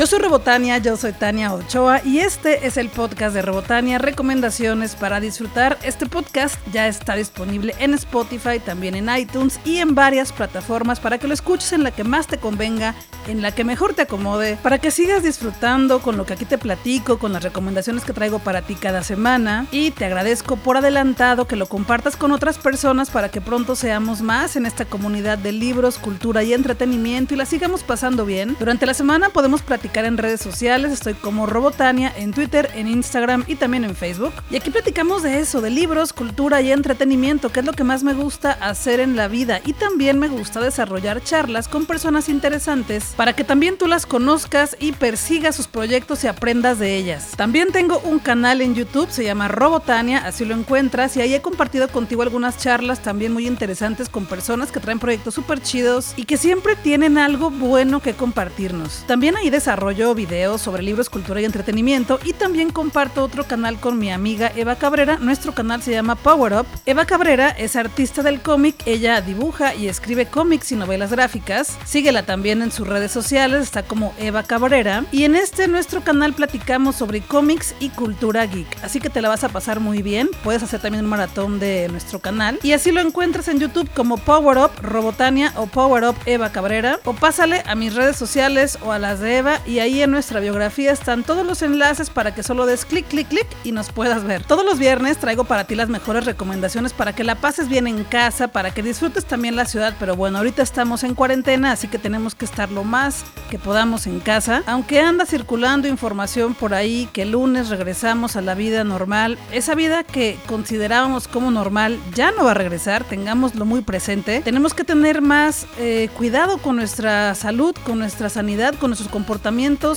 Yo soy Robotania, yo soy Tania Ochoa y este es el podcast de Robotania, recomendaciones para disfrutar. Este podcast ya está disponible en Spotify, también en iTunes y en varias plataformas para que lo escuches en la que más te convenga, en la que mejor te acomode, para que sigas disfrutando con lo que aquí te platico, con las recomendaciones que traigo para ti cada semana. Y te agradezco por adelantado que lo compartas con otras personas para que pronto seamos más en esta comunidad de libros, cultura y entretenimiento y la sigamos pasando bien. Durante la semana podemos platicar en redes sociales, estoy como Robotania en Twitter, en Instagram y también en Facebook. Y aquí platicamos de eso, de libros, cultura y entretenimiento, que es lo que más me gusta hacer en la vida. Y también me gusta desarrollar charlas con personas interesantes para que también tú las conozcas y persigas sus proyectos y aprendas de ellas. También tengo un canal en YouTube, se llama Robotania, así lo encuentras, y ahí he compartido contigo algunas charlas también muy interesantes con personas que traen proyectos súper chidos y que siempre tienen algo bueno que compartirnos. También ahí desarrollo videos sobre libros, cultura y entretenimiento y también comparto otro canal con mi amiga Eva Cabrera. Nuestro canal se llama Power Up. Eva Cabrera es artista del cómic, ella dibuja y escribe cómics y novelas gráficas. Síguela también en sus redes sociales, está como Eva Cabrera. Y en nuestro canal platicamos sobre cómics y cultura geek, así que te la vas a pasar muy bien. Puedes hacer también un maratón de nuestro canal y así lo encuentras en YouTube como Power Up Robotania o Power Up Eva Cabrera, o pásale a mis redes sociales o a las de Eva y ahí en nuestra biografía están todos los enlaces para que solo des clic, clic, clic y nos puedas ver. Todos los viernes traigo para ti las mejores recomendaciones para que la pases bien en casa, para que disfrutes también la ciudad, pero bueno, ahorita estamos en cuarentena, así que tenemos que estar lo más que podamos en casa, aunque anda circulando información por ahí que el lunes regresamos a la vida normal. Esa vida que considerábamos como normal ya no va a regresar, tengámoslo muy presente. Tenemos que tener más cuidado con nuestra salud, con nuestra sanidad, con nuestros comportamientos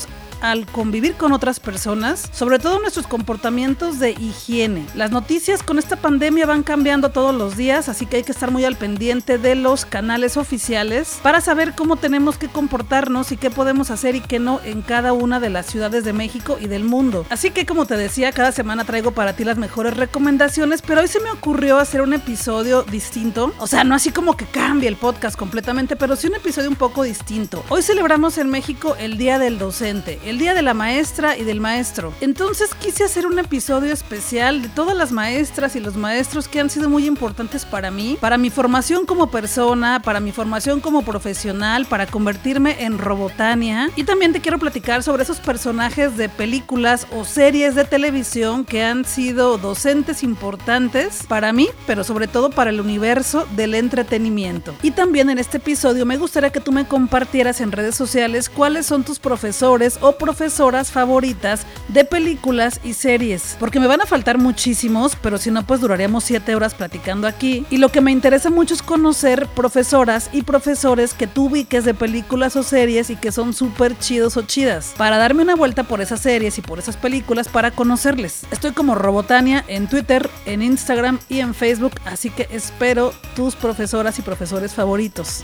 al convivir con otras personas, sobre todo nuestros comportamientos de higiene. Las noticias con esta pandemia van cambiando todos los días, así que hay que estar muy al pendiente de los canales oficiales para saber cómo tenemos que comportarnos y qué podemos hacer y qué no en cada una de las ciudades de México y del mundo. Así que, como te decía, cada semana traigo para ti las mejores recomendaciones, pero hoy se me ocurrió hacer un episodio distinto, o sea, no así como que cambie el podcast completamente, pero sí un episodio un poco distinto. Hoy celebramos en México el Día del Docente, el Día de la Maestra y del Maestro. Entonces quise hacer un episodio especial de todas las maestras y los maestros que han sido muy importantes para mí, para mi formación como persona, para mi formación como profesional, para convertirme en Robotania. Y también te quiero platicar sobre esos personajes de películas o series de televisión que han sido docentes importantes para mí, pero sobre todo para el universo del entretenimiento. Y también en este episodio me gustaría que tú me compartieras en redes sociales cuáles son tus profesores o profesoras favoritas de películas y series, porque me van a faltar muchísimos, pero si no pues duraríamos 7 horas platicando aquí, y lo que me interesa mucho es conocer profesoras y profesores que tú ubiques de películas o series y que son súper chidos o chidas, para darme una vuelta por esas series y por esas películas para conocerles. Estoy como Robotania en Twitter, en Instagram y en Facebook, así que espero tus profesoras y profesores favoritos.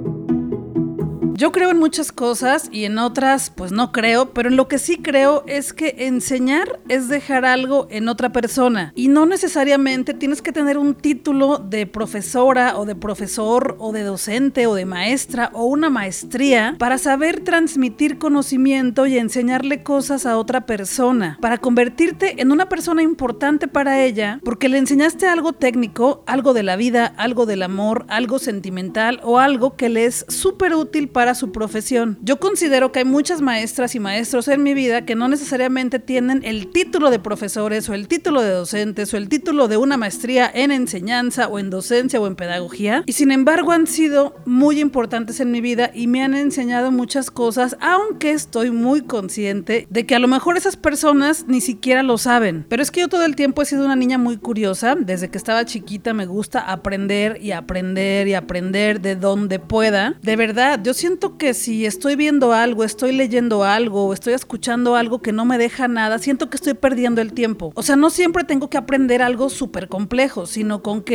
Yo creo en muchas cosas y en otras pues no creo, pero en lo que sí creo es que enseñar es dejar algo en otra persona y no necesariamente tienes que tener un título de profesora o de profesor o de docente o de maestra o una maestría para saber transmitir conocimiento y enseñarle cosas a otra persona, para convertirte en una persona importante para ella porque le enseñaste algo técnico, algo de la vida, algo del amor, algo sentimental o algo que le es súper útil para su profesión. Yo considero que hay muchas maestras y maestros en mi vida que no necesariamente tienen el título de profesores o el título de docentes o el título de una maestría en enseñanza o en docencia o en pedagogía, y sin embargo han sido muy importantes en mi vida y me han enseñado muchas cosas, aunque estoy muy consciente de que a lo mejor esas personas ni siquiera lo saben. Pero es que yo todo el tiempo he sido una niña muy curiosa. Desde que estaba chiquita me gusta aprender y aprender y aprender de donde pueda. De verdad, yo siento que si estoy viendo algo, estoy leyendo algo o estoy escuchando algo que no me deja nada, siento que estoy perdiendo el tiempo. O sea, no siempre tengo que aprender algo súper complejo, sino con que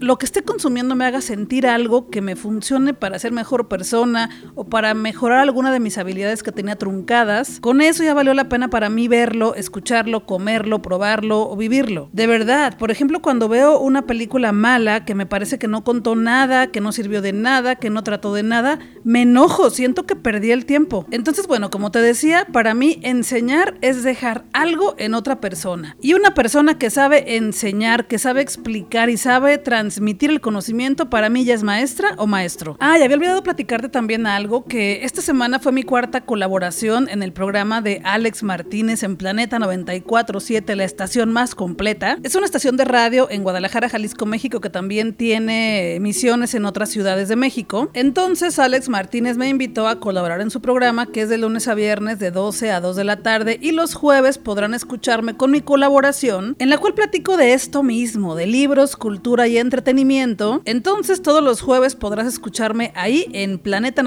lo que esté consumiendo me haga sentir algo que me funcione para ser mejor persona o para mejorar alguna de mis habilidades que tenía truncadas, con eso ya valió la pena para mí verlo, escucharlo, comerlo, probarlo o vivirlo. De verdad, por ejemplo, cuando veo una película mala que me parece que no contó nada, que no sirvió de nada, que no trató de nada, me enojo, siento que perdí el tiempo. Entonces, bueno, como te decía, para mí enseñar es dejar algo en otra persona. Y una persona que sabe enseñar, que sabe explicar y sabe transmitir el conocimiento, para mí ya es maestra o maestro. Y había olvidado platicarte también algo, que esta semana fue mi cuarta colaboración en el programa de Alex Martínez en Planeta 94.7, la estación más completa. Es una estación de radio en Guadalajara, Jalisco, México, que también tiene emisiones en otras ciudades de México. Entonces Alex Martínez me invitó a colaborar en su programa, que es de lunes a viernes de 12 a 2 de la tarde, y los jueves podrán escucharme con mi colaboración, en la cual platico de esto mismo, de libros, cultura y entretenimiento. Entonces todos los jueves podrás escucharme ahí en Planeta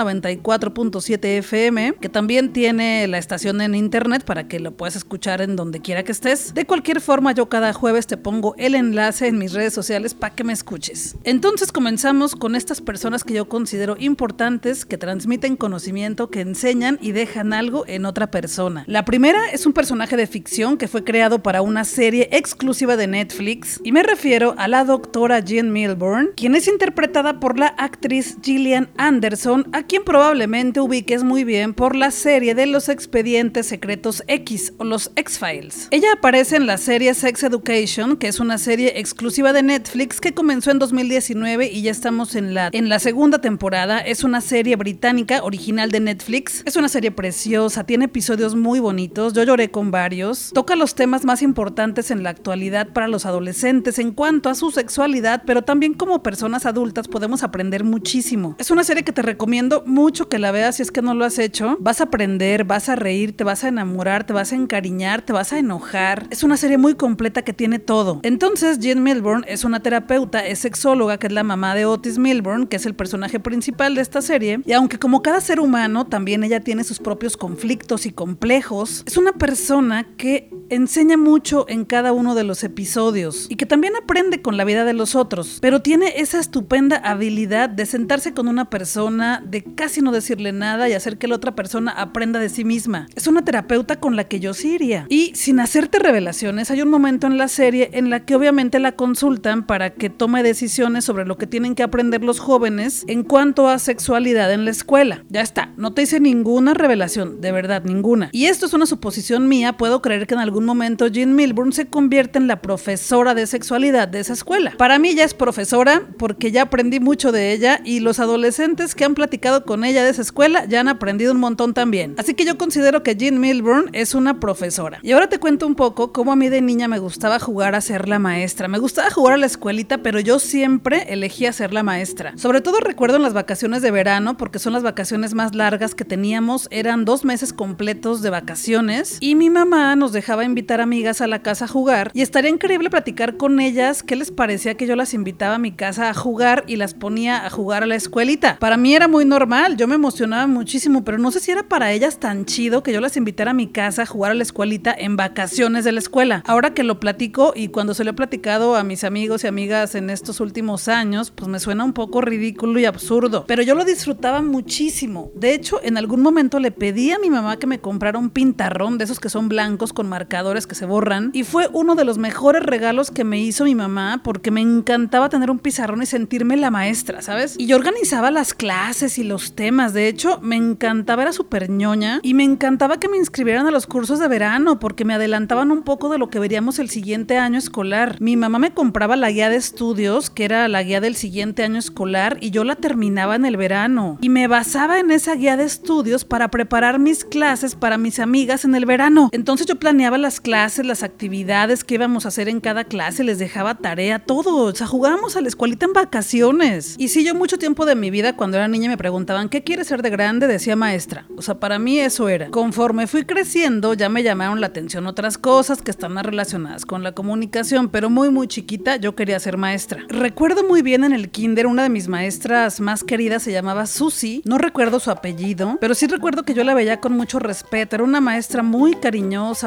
94.7 FM, que también tiene la estación en internet para que lo puedas escuchar en donde quiera que estés. De cualquier forma, yo cada jueves te pongo el enlace en mis redes sociales para que me escuches. Entonces comenzamos con estas personas que yo considero importantes, que transmiten conocimiento, que enseñan y dejan algo en otra persona. La primera es un personaje de ficción que fue creado para una serie exclusiva de Netflix, y me refiero a la doctora Jean Milburn, quien es interpretada por la actriz Gillian Anderson, a quien probablemente ubiques muy bien por la serie de los Expedientes Secretos X o los X-Files. Ella aparece en la serie Sex Education, que es una serie exclusiva de Netflix que comenzó en 2019 y ya estamos en la segunda temporada. Es una serie británica original de Netflix. Es una serie preciosa, tiene episodios muy bonitos, yo lloré con varios. Toca los temas más importantes en la actualidad para los adolescentes en cuanto a su sexualidad, pero también como personas adultas podemos aprender muchísimo. Es una serie que te recomiendo mucho que la veas si es que no lo has hecho. Vas a aprender, vas a reír, te vas a enamorar, te vas a encariñar, te vas a enojar. Es una serie muy completa que tiene todo. Entonces, Jean Milburn es una terapeuta, es sexóloga, que es la mamá de Otis Milburn, que es el personaje principal de esta serie, y aunque como cada ser humano, también ella tiene sus propios conflictos y complejos, es una persona que enseña mucho en cada uno de los episodios y que también aprende con la vida de los otros, pero tiene esa estupenda habilidad de sentarse con una persona, de casi no decirle nada y hacer que la otra persona aprenda de sí misma. Es una terapeuta con la que yo sí iría. Y sin hacerte revelaciones, hay un momento en la serie en la que obviamente la consultan para que tome decisiones sobre lo que tienen que aprender los jóvenes en cuanto a sexualidad en la escuela. Ya está, no te hice ninguna revelación, de verdad, ninguna. Y esto es una suposición mía, puedo creer que en algún momento Jean Milburn se convierte en la profesora de sexualidad de esa escuela. Para mí ya es profesora porque ya aprendí mucho de ella y los adolescentes que han platicado con ella de esa escuela ya han aprendido un montón también. Así que yo considero que Jean Milburn es una profesora. Y ahora te cuento un poco cómo a mí de niña me gustaba jugar a ser la maestra. Me gustaba jugar a la escuelita, pero yo siempre elegía ser la maestra. Sobre todo recuerdo en las vacaciones de verano, porque son las vacaciones más largas que teníamos. Eran 2 meses completos de vacaciones y mi mamá nos dejaba invitar amigas a la casa a jugar y estaría increíble platicar con ellas qué les parecía que yo las invitaba a mi casa a jugar y las ponía a jugar a la escuelita. Para mí era muy normal, yo me emocionaba muchísimo, pero no sé si era para ellas tan chido que yo las invitara a mi casa a jugar a la escuelita en vacaciones de la escuela. Ahora que lo platico y cuando se lo he platicado a mis amigos y amigas en estos últimos años, pues me suena un poco ridículo y absurdo, pero yo lo disfrutaba muchísimo. De hecho, en algún momento le pedí a mi mamá que me comprara un pintarrón de esos que son blancos con marcadores que se borran, y fue uno de los mejores regalos que me hizo mi mamá porque me encantaba tener un pizarrón y sentirme la maestra, ¿sabes? Y yo organizaba las clases y los temas. De hecho, me encantaba, era súper ñoña y me encantaba que me inscribieran a los cursos de verano porque me adelantaban un poco de lo que veríamos el siguiente año escolar. Mi mamá me compraba la guía de estudios, que era la guía del siguiente año escolar, y yo la terminaba en el verano y me basaba en esa guía de estudios para preparar mis clases para mis amigas en el verano. Entonces yo planeaba las clases, las actividades que íbamos a hacer en cada clase, les dejaba tarea, todo. O sea, jugábamos a la escuelita en vacaciones. Y sí, yo mucho tiempo de mi vida, cuando era niña, me preguntaban ¿qué quieres ser de grande? Decía maestra. O sea, para mí eso era. Conforme fui creciendo, ya me llamaron la atención otras cosas que están más relacionadas con la comunicación, pero muy chiquita yo quería ser maestra. Recuerdo muy bien en el kinder, una de mis maestras más queridas se llamaba Susi, no recuerdo su apellido, pero sí recuerdo que yo la veía con mucho respeto. Era una maestra muy cariñosa, muy linda,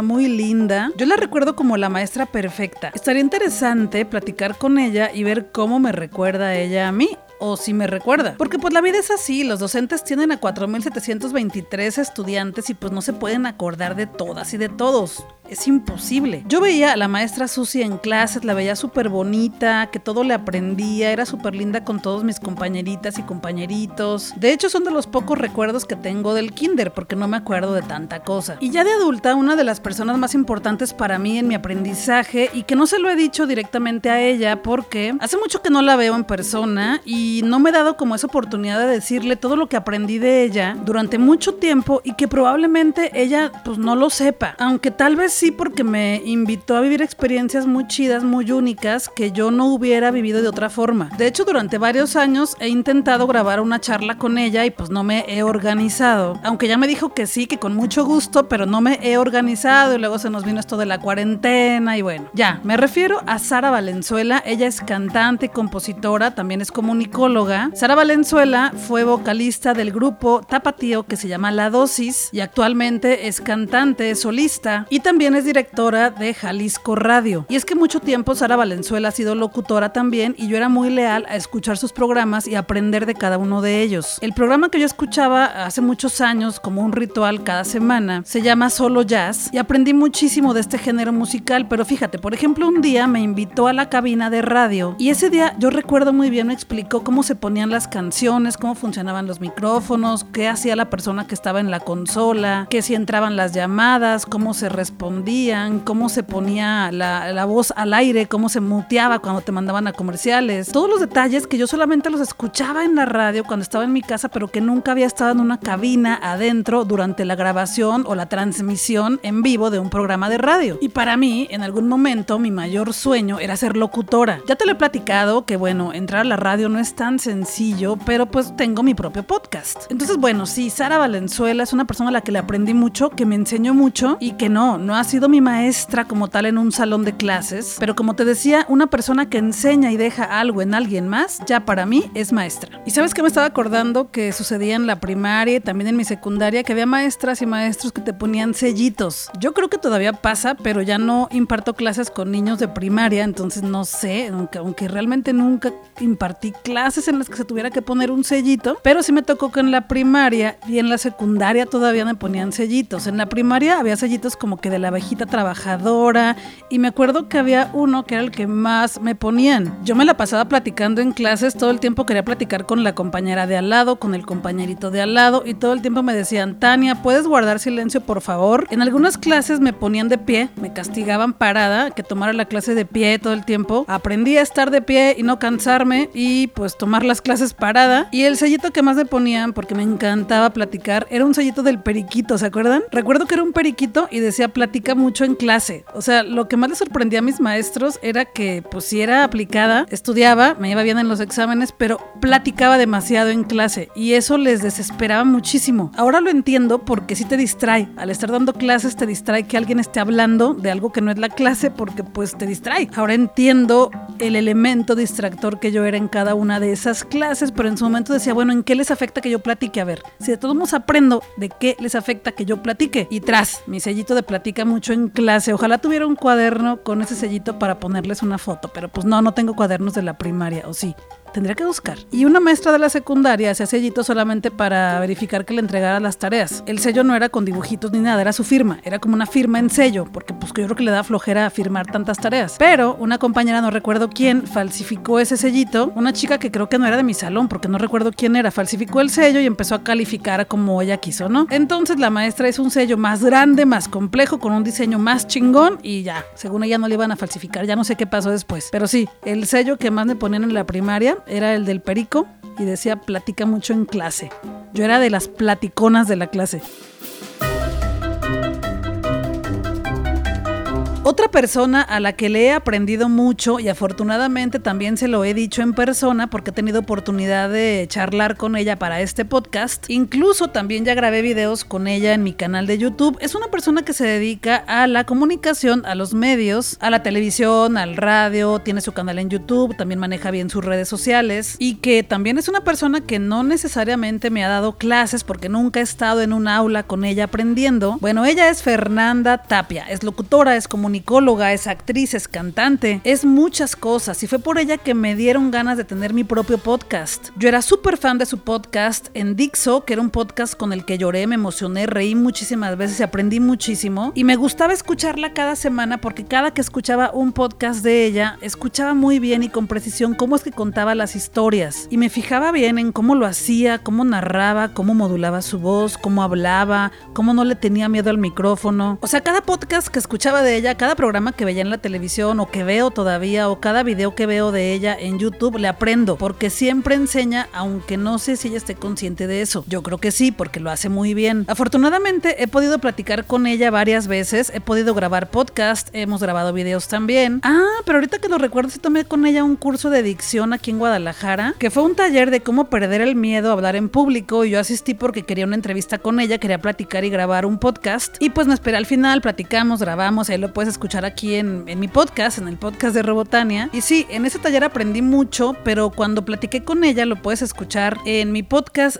linda. Yo la recuerdo como la maestra perfecta. Estaría interesante platicar con ella y ver cómo me recuerda ella a mí. O si me recuerda. Porque pues la vida es así, los docentes tienen a 4,723 estudiantes y pues no se pueden acordar de todas y de todos. Es imposible. Yo veía a la maestra Susi en clases, la veía súper bonita, que todo le aprendía, era súper linda con todos mis compañeritas y compañeritos. De hecho, son de los pocos recuerdos que tengo del kinder, porque no me acuerdo de tanta cosa. Y ya de adulta, una de las personas más importantes para mí en mi aprendizaje, y que no se lo he dicho directamente a ella, porque hace mucho que no la veo en persona y no me he dado como esa oportunidad de decirle todo lo que aprendí de ella durante mucho tiempo y que probablemente ella pues no lo sepa, aunque tal vez sí, porque me invitó a vivir experiencias muy chidas, muy únicas, que yo no hubiera vivido de otra forma. De hecho, durante varios años he intentado grabar una charla con ella y pues no me he organizado. Aunque ya me dijo que sí, que con mucho gusto, pero no me he organizado y luego se nos vino esto de la cuarentena y bueno. Ya, me refiero a Sara Valenzuela. Ella es cantante y compositora, también es comunicóloga. Sara Valenzuela fue vocalista del grupo Tapatío que se llama La Dosis y actualmente es cantante, solista y también es directora de Jalisco Radio. Y es que mucho tiempo Sara Valenzuela ha sido locutora también y yo era muy leal a escuchar sus programas y aprender de cada uno de ellos. El programa que yo escuchaba hace muchos años como un ritual cada semana se llama Solo Jazz y aprendí muchísimo de este género musical, pero fíjate, por ejemplo, un día me invitó a la cabina de radio y ese día yo recuerdo muy bien, me explicó cómo se ponían las canciones, cómo funcionaban los micrófonos, qué hacía la persona que estaba en la consola, que si entraban las llamadas, cómo se respondían, cómo se ponía la voz al aire, cómo se muteaba cuando te mandaban a comerciales. Todos los detalles que yo solamente los escuchaba en la radio cuando estaba en mi casa, pero que nunca había estado en una cabina adentro durante la grabación o la transmisión en vivo de un programa de radio. Y para mí, en algún momento, mi mayor sueño era ser locutora. Ya te lo he platicado que, bueno, entrar a la radio no es tan sencillo, pero pues tengo mi propio podcast. Entonces, bueno, sí, Sara Valenzuela es una persona a la que le aprendí mucho, que me enseñó mucho y que no ha sido mi maestra como tal en un salón de clases, pero como te decía, una persona que enseña y deja algo en alguien más, ya para mí es maestra. Y sabes que me estaba acordando que sucedía en la primaria y también en mi secundaria, que había maestras y maestros que te ponían sellitos. Yo creo que todavía pasa, pero ya no imparto clases con niños de primaria, entonces no sé, aunque realmente nunca impartí clases en las que se tuviera que poner un sellito, pero sí me tocó que en la primaria y en la secundaria todavía me ponían sellitos. En la primaria había sellitos como que de la abejita trabajadora y me acuerdo que había uno que era el que más me ponían. Yo me la pasaba platicando en clases, todo el tiempo quería platicar con la compañera de al lado, con el compañerito de al lado y todo el tiempo me decían, Tania, ¿puedes guardar silencio por favor? En algunas clases me ponían de pie, me castigaban parada, que tomara la clase de pie todo el tiempo. Aprendí a estar de pie y no cansarme y pues tomar las clases parada. Y el sellito que más me ponían, porque me encantaba platicar, era un sellito del periquito, ¿se acuerdan? Recuerdo que era un periquito y decía platica mucho en clase. O sea, lo que más les sorprendía a mis maestros era que pues si era aplicada, estudiaba, me iba bien en los exámenes, pero platicaba demasiado en clase y eso les desesperaba muchísimo. Ahora lo entiendo porque sí te distrae. Al estar dando clases te distrae que alguien esté hablando de algo que no es la clase porque pues te distrae. Ahora entiendo el elemento distractor que yo era en cada una de esas clases, pero en su momento decía, bueno, ¿en qué les afecta que yo platique? A ver, si de todos modos aprendo, ¿de qué les afecta que yo platique? Y tras, mi sellito de platica mucho en clase. Ojalá tuviera un cuaderno con ese sellito para ponerles una foto, pero pues no tengo cuadernos de la primaria, ¿o sí? Tendría que buscar. Y una maestra de la secundaria hacía sellitos solamente para verificar que le entregara las tareas. El sello no era con dibujitos ni nada, era su firma. Era como una firma en sello, porque pues yo creo que le da flojera firmar tantas tareas. Pero una compañera, no recuerdo quién, falsificó ese sellito. Una chica que creo que no era de mi salón, porque no recuerdo quién era, falsificó el sello y empezó a calificar como ella quiso, ¿no? Entonces la maestra hizo un sello más grande, más complejo, con un diseño más chingón y ya, según ella no le iban a falsificar. Ya no sé qué pasó después. Pero sí, el sello que más me ponían en la primaria era el del perico y decía platica mucho en clase. Yo era de las platiconas de la clase. Otra persona a la que le he aprendido mucho, y afortunadamente también se lo he dicho en persona porque he tenido oportunidad de charlar con ella para este podcast, incluso también ya grabé videos con ella en mi canal de YouTube. Es una persona que se dedica a la comunicación, a los medios, a la televisión, al radio, tiene su canal en YouTube, también maneja bien sus redes sociales, y que también es una persona que no necesariamente me ha dado clases porque nunca he estado en un aula con ella aprendiendo. Bueno, ella es Fernanda Tapia, es locutora, es comunicóloga, es actriz, es cantante, es muchas cosas, y fue por ella que me dieron ganas de tener mi propio podcast. Yo era súper fan de su podcast en Dixo, que era un podcast con el que lloré, me emocioné, reí muchísimas veces y aprendí muchísimo, y me gustaba escucharla cada semana porque cada que escuchaba un podcast de ella, escuchaba muy bien y con precisión cómo es que contaba las historias, y me fijaba bien en cómo lo hacía, cómo narraba, cómo modulaba su voz, cómo hablaba, cómo no le tenía miedo al micrófono. O sea, cada podcast que escuchaba de ella, cada programa que veía en la televisión o que veo todavía, o cada video que veo de ella en YouTube, le aprendo, porque siempre enseña, aunque no sé si ella esté consciente de eso. Yo creo que sí, porque lo hace muy bien. Afortunadamente he podido platicar con ella varias veces, he podido grabar podcast, hemos grabado videos también. Pero ahorita que lo recuerdo, sí tomé con ella un curso de dicción aquí en Guadalajara, que fue un taller de cómo perder el miedo a hablar en público, y yo asistí porque quería una entrevista con ella, quería platicar y grabar un podcast, y pues me esperé al final, platicamos, grabamos, ahí lo puedes escuchar aquí en mi podcast, en el podcast de Rebotania. Y sí, en ese taller aprendí mucho, pero cuando platiqué con ella, lo puedes escuchar en mi podcast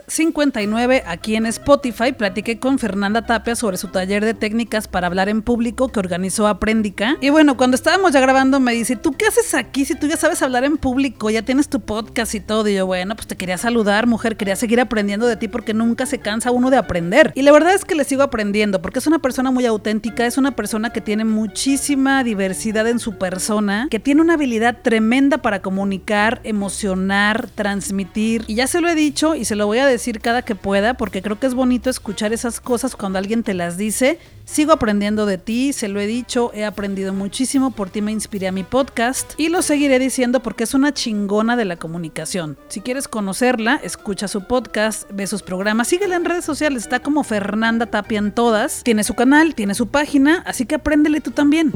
59 aquí en Spotify. Platiqué con Fernanda Tapia sobre su taller de técnicas para hablar en público que organizó Aprendica. Y bueno, cuando estábamos ya grabando me dice, ¿tú qué haces aquí si tú ya sabes hablar en público? Ya tienes tu podcast y todo. Y yo, bueno, pues te quería saludar, mujer, quería seguir aprendiendo de ti porque nunca se cansa uno de aprender. Y la verdad es que le sigo aprendiendo porque es una persona muy auténtica, es una persona que tiene muchísima diversidad en su persona, que tiene una habilidad tremenda para comunicar, emocionar, transmitir. Y ya se lo he dicho y se lo voy a decir cada que pueda porque creo que es bonito escuchar esas cosas cuando alguien te las dice. Sigo aprendiendo de ti, se lo he dicho, he aprendido muchísimo, por ti me inspiré a mi podcast y lo seguiré diciendo porque es una chingona de la comunicación. Si quieres conocerla, escucha su podcast, ve sus programas, síguela en redes sociales, está como Fernanda Tapia en todas, tiene su canal, tiene su página, así que apréndele tú también.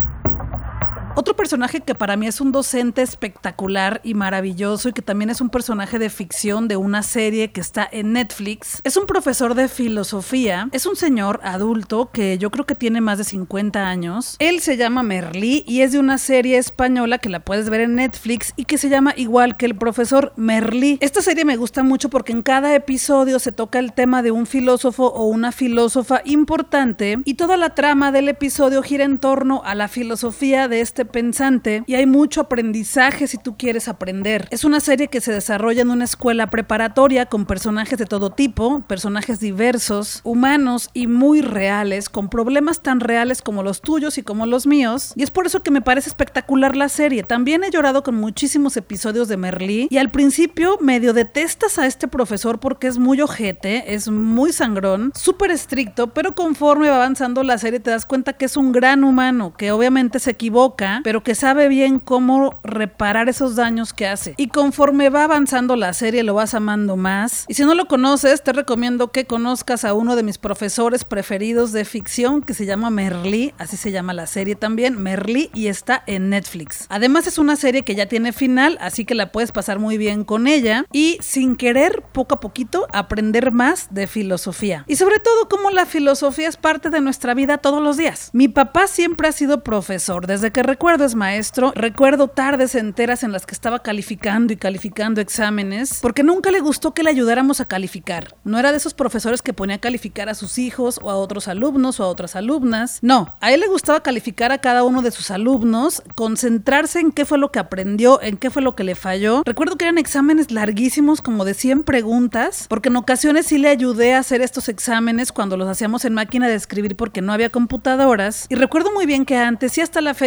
Otro personaje que para mí es un docente espectacular y maravilloso y que también es un personaje de ficción de una serie que está en Netflix, es un profesor de filosofía, es un señor adulto que yo creo que tiene más de 50 años. Él se llama Merlí y es de una serie española que la puedes ver en Netflix y que se llama igual que el profesor, Merlí. Esta serie me gusta mucho porque en cada episodio se toca el tema de un filósofo o una filósofa importante y toda la trama del episodio gira en torno a la filosofía de este pensante y hay mucho aprendizaje si tú quieres aprender. Es una serie que se desarrolla en una escuela preparatoria con personajes de todo tipo, personajes diversos, humanos y muy reales, con problemas tan reales como los tuyos y como los míos, y es por eso que me parece espectacular la serie. También he llorado con muchísimos episodios de Merlí y al principio medio detestas a este profesor porque es muy ojete, es muy sangrón, súper estricto, pero conforme va avanzando la serie te das cuenta que es un gran humano, que obviamente se equivoca, pero que sabe bien cómo reparar esos daños que hace. Y conforme va avanzando la serie lo vas amando más. Y si no lo conoces, te recomiendo que conozcas a uno de mis profesores preferidos de ficción que se llama Merlí, así se llama la serie también, Merlí, y está en Netflix. Además es una serie que ya tiene final, así que la puedes pasar muy bien con ella y sin querer, poco a poquito, aprender más de filosofía. Y sobre todo cómo la filosofía es parte de nuestra vida todos los días. Mi papá siempre ha sido profesor, desde que recuerdo es maestro. Recuerdo tardes enteras en las que estaba calificando y calificando exámenes, porque nunca le gustó que le ayudáramos a calificar. No era de esos profesores que ponía a calificar a sus hijos o a otros alumnos o a otras alumnas. No, a él le gustaba calificar a cada uno de sus alumnos, concentrarse en qué fue lo que aprendió, en qué fue lo que le falló. Recuerdo que eran exámenes larguísimos, como de 100 preguntas, porque en ocasiones sí le ayudé a hacer estos exámenes cuando los hacíamos en máquina de escribir porque no había computadoras. Y recuerdo muy bien que antes y hasta la fecha, cada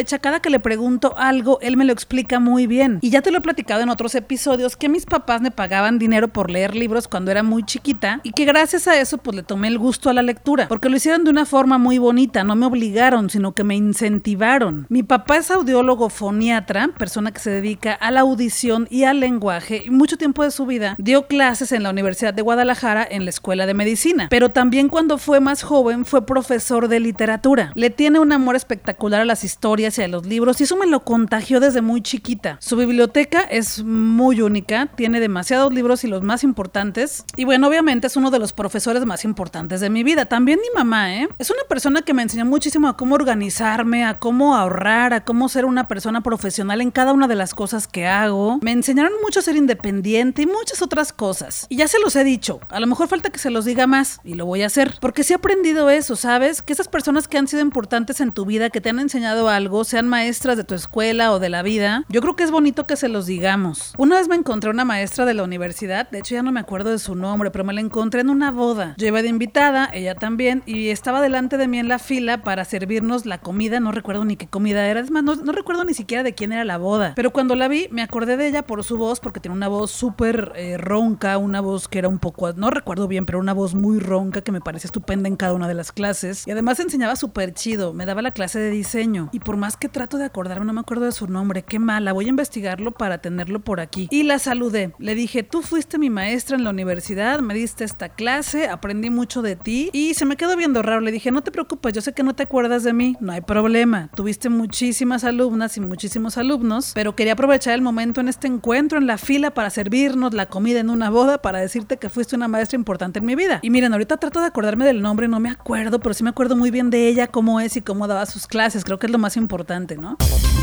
que le pregunto algo, él me lo explica muy bien. Y ya te lo he platicado en otros episodios que mis papás me pagaban dinero por leer libros cuando era muy chiquita y que gracias a eso pues le tomé el gusto a la lectura, porque lo hicieron de una forma muy bonita, no me obligaron, sino que me incentivaron. Mi papá es audiólogo foniatra, persona que se dedica a la audición y al lenguaje, y mucho tiempo de su vida dio clases en la Universidad de Guadalajara en la Escuela de Medicina, pero también cuando fue más joven fue profesor de literatura. Le tiene un amor espectacular a las historias y a los libros y eso me lo contagió desde muy chiquita. Su biblioteca es muy única, tiene demasiados libros y los más importantes, y bueno, obviamente es uno de los profesores más importantes de mi vida. También mi mamá, es una persona que me enseñó muchísimo a cómo organizarme, a cómo ahorrar, a cómo ser una persona profesional en cada una de las cosas que hago. Me enseñaron mucho a ser independiente y muchas otras cosas. Y ya se los he dicho, a lo mejor falta que se los diga más y lo voy a hacer, porque sí he aprendido eso, ¿sabes? Que esas personas que han sido importantes en tu vida, que te han enseñado algo, sean maestras de tu escuela o de la vida, yo creo que es bonito que se los digamos. Una vez me encontré una maestra de la universidad, de hecho ya no me acuerdo de su nombre, pero me la encontré en una boda. Yo iba de invitada, ella también, y estaba delante de mí en la fila para servirnos la comida, no recuerdo ni qué comida era, es más, no recuerdo ni siquiera de quién era la boda, pero cuando la vi me acordé de ella por su voz, porque tiene una voz súper ronca, una voz que era un poco, no recuerdo bien, pero una voz muy ronca que me parecía estupenda en cada una de las clases, y además enseñaba súper chido, me daba la clase de diseño, y por más que trato de acordarme, no me acuerdo de su nombre, qué mala, voy a investigarlo para tenerlo por aquí. Y la saludé, le dije, tú fuiste mi maestra en la universidad, me diste esta clase, aprendí mucho de ti, y se me quedó viendo raro, le dije, no te preocupes, yo sé que no te acuerdas de mí, no hay problema, tuviste muchísimas alumnas y muchísimos alumnos, pero quería aprovechar el momento en este encuentro en la fila para servirnos la comida en una boda, para decirte que fuiste una maestra importante en mi vida. Y miren, ahorita trato de acordarme del nombre, no me acuerdo, pero sí me acuerdo muy bien de ella, cómo es y cómo daba sus clases, creo que es lo más importante, ¿no?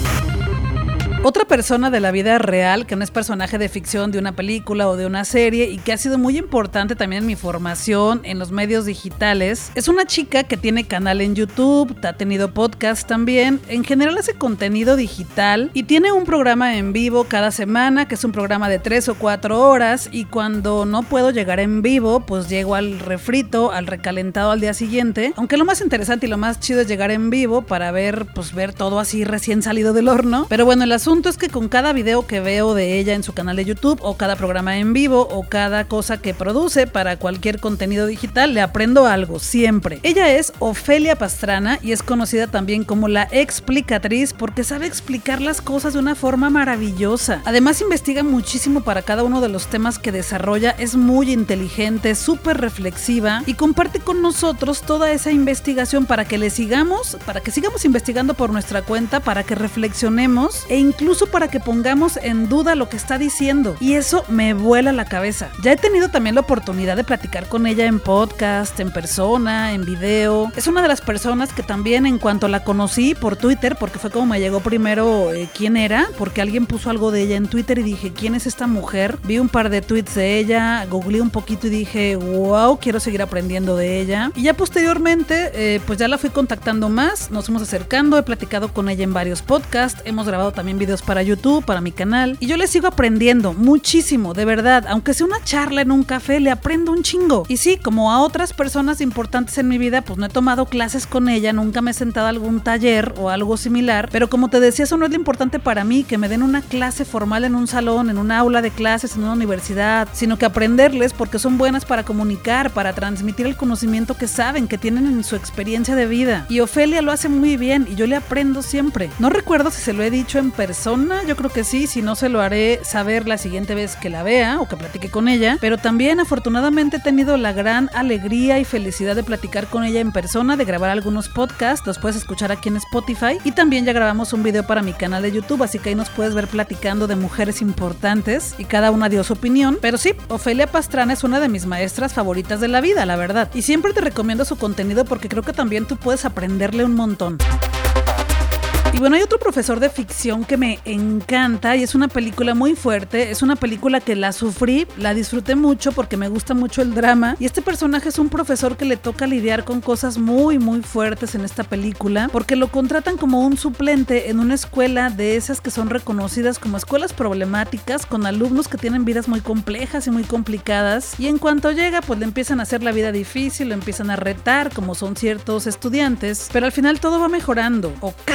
Otra persona de la vida real, que no es personaje de ficción de una película o de una serie y que ha sido muy importante también en mi formación en los medios digitales, es una chica que tiene canal en YouTube, ha tenido podcast también, en general hace contenido digital y tiene un programa en vivo cada semana, que es un programa de 3 o 4 horas, y cuando no puedo llegar en vivo, pues llego al refrito, al recalentado al día siguiente, aunque lo más interesante y lo más chido es llegar en vivo para ver todo así recién salido del horno, pero bueno, el asunto es que con cada video que veo de ella en su canal de YouTube o cada programa en vivo o cada cosa que produce para cualquier contenido digital, le aprendo algo, siempre. Ella es Ofelia Pastrana y es conocida también como la explicatriz porque sabe explicar las cosas de una forma maravillosa. Además investiga muchísimo para cada uno de los temas que desarrolla, es muy inteligente, súper reflexiva y comparte con nosotros toda esa investigación para que sigamos investigando por nuestra cuenta, para que reflexionemos e incluso para que pongamos en duda lo que está diciendo, y eso me vuela la cabeza. Ya he tenido también la oportunidad de platicar con ella en podcast, en persona, en video. Es una de las personas que también, en cuanto la conocí por Twitter, porque fue como me llegó primero quién era, porque alguien puso algo de ella en Twitter y dije, ¿quién es esta mujer? Vi un par de tweets de ella, googleé un poquito y dije, wow, quiero seguir aprendiendo de ella. Y ya posteriormente, pues ya la fui contactando más, nos fuimos acercando, he platicado con ella en varios podcasts, hemos grabado también videos para YouTube, para mi canal, y yo le sigo aprendiendo muchísimo, de verdad, aunque sea una charla en un café, le aprendo un chingo. Y sí, como a otras personas importantes en mi vida, pues no he tomado clases con ella, nunca me he sentado a algún taller o algo similar, pero como te decía, eso no es lo importante para mí, que me den una clase formal en un salón, en una aula de clases, en una universidad, sino que aprenderles porque son buenas para comunicar, para transmitir el conocimiento que saben, que tienen en su experiencia de vida. Y Ofelia lo hace muy bien y yo le aprendo siempre. No recuerdo si se lo he dicho en persona, yo creo que sí, si no se lo haré saber la siguiente vez que la vea o que platique con ella, pero también afortunadamente he tenido la gran alegría y felicidad de platicar con ella en persona, de grabar algunos podcasts, los puedes escuchar aquí en Spotify, y también ya grabamos un video para mi canal de YouTube, así que ahí nos puedes ver platicando de mujeres importantes y cada una dio su opinión. Pero sí, Ofelia Pastrana es una de mis maestras favoritas de la vida, la verdad, y siempre te recomiendo su contenido porque creo que también tú puedes aprenderle un montón. Y bueno, hay otro profesor de ficción que me encanta y es una película muy fuerte, es una película que la sufrí, la disfruté mucho porque me gusta mucho el drama, y este personaje es un profesor que le toca lidiar con cosas muy muy fuertes en esta película porque lo contratan como un suplente en una escuela de esas que son reconocidas como escuelas problemáticas, con alumnos que tienen vidas muy complejas y muy complicadas, y en cuanto llega pues le empiezan a hacer la vida difícil, lo empiezan a retar como son ciertos estudiantes, pero al final todo va mejorando, o casi todo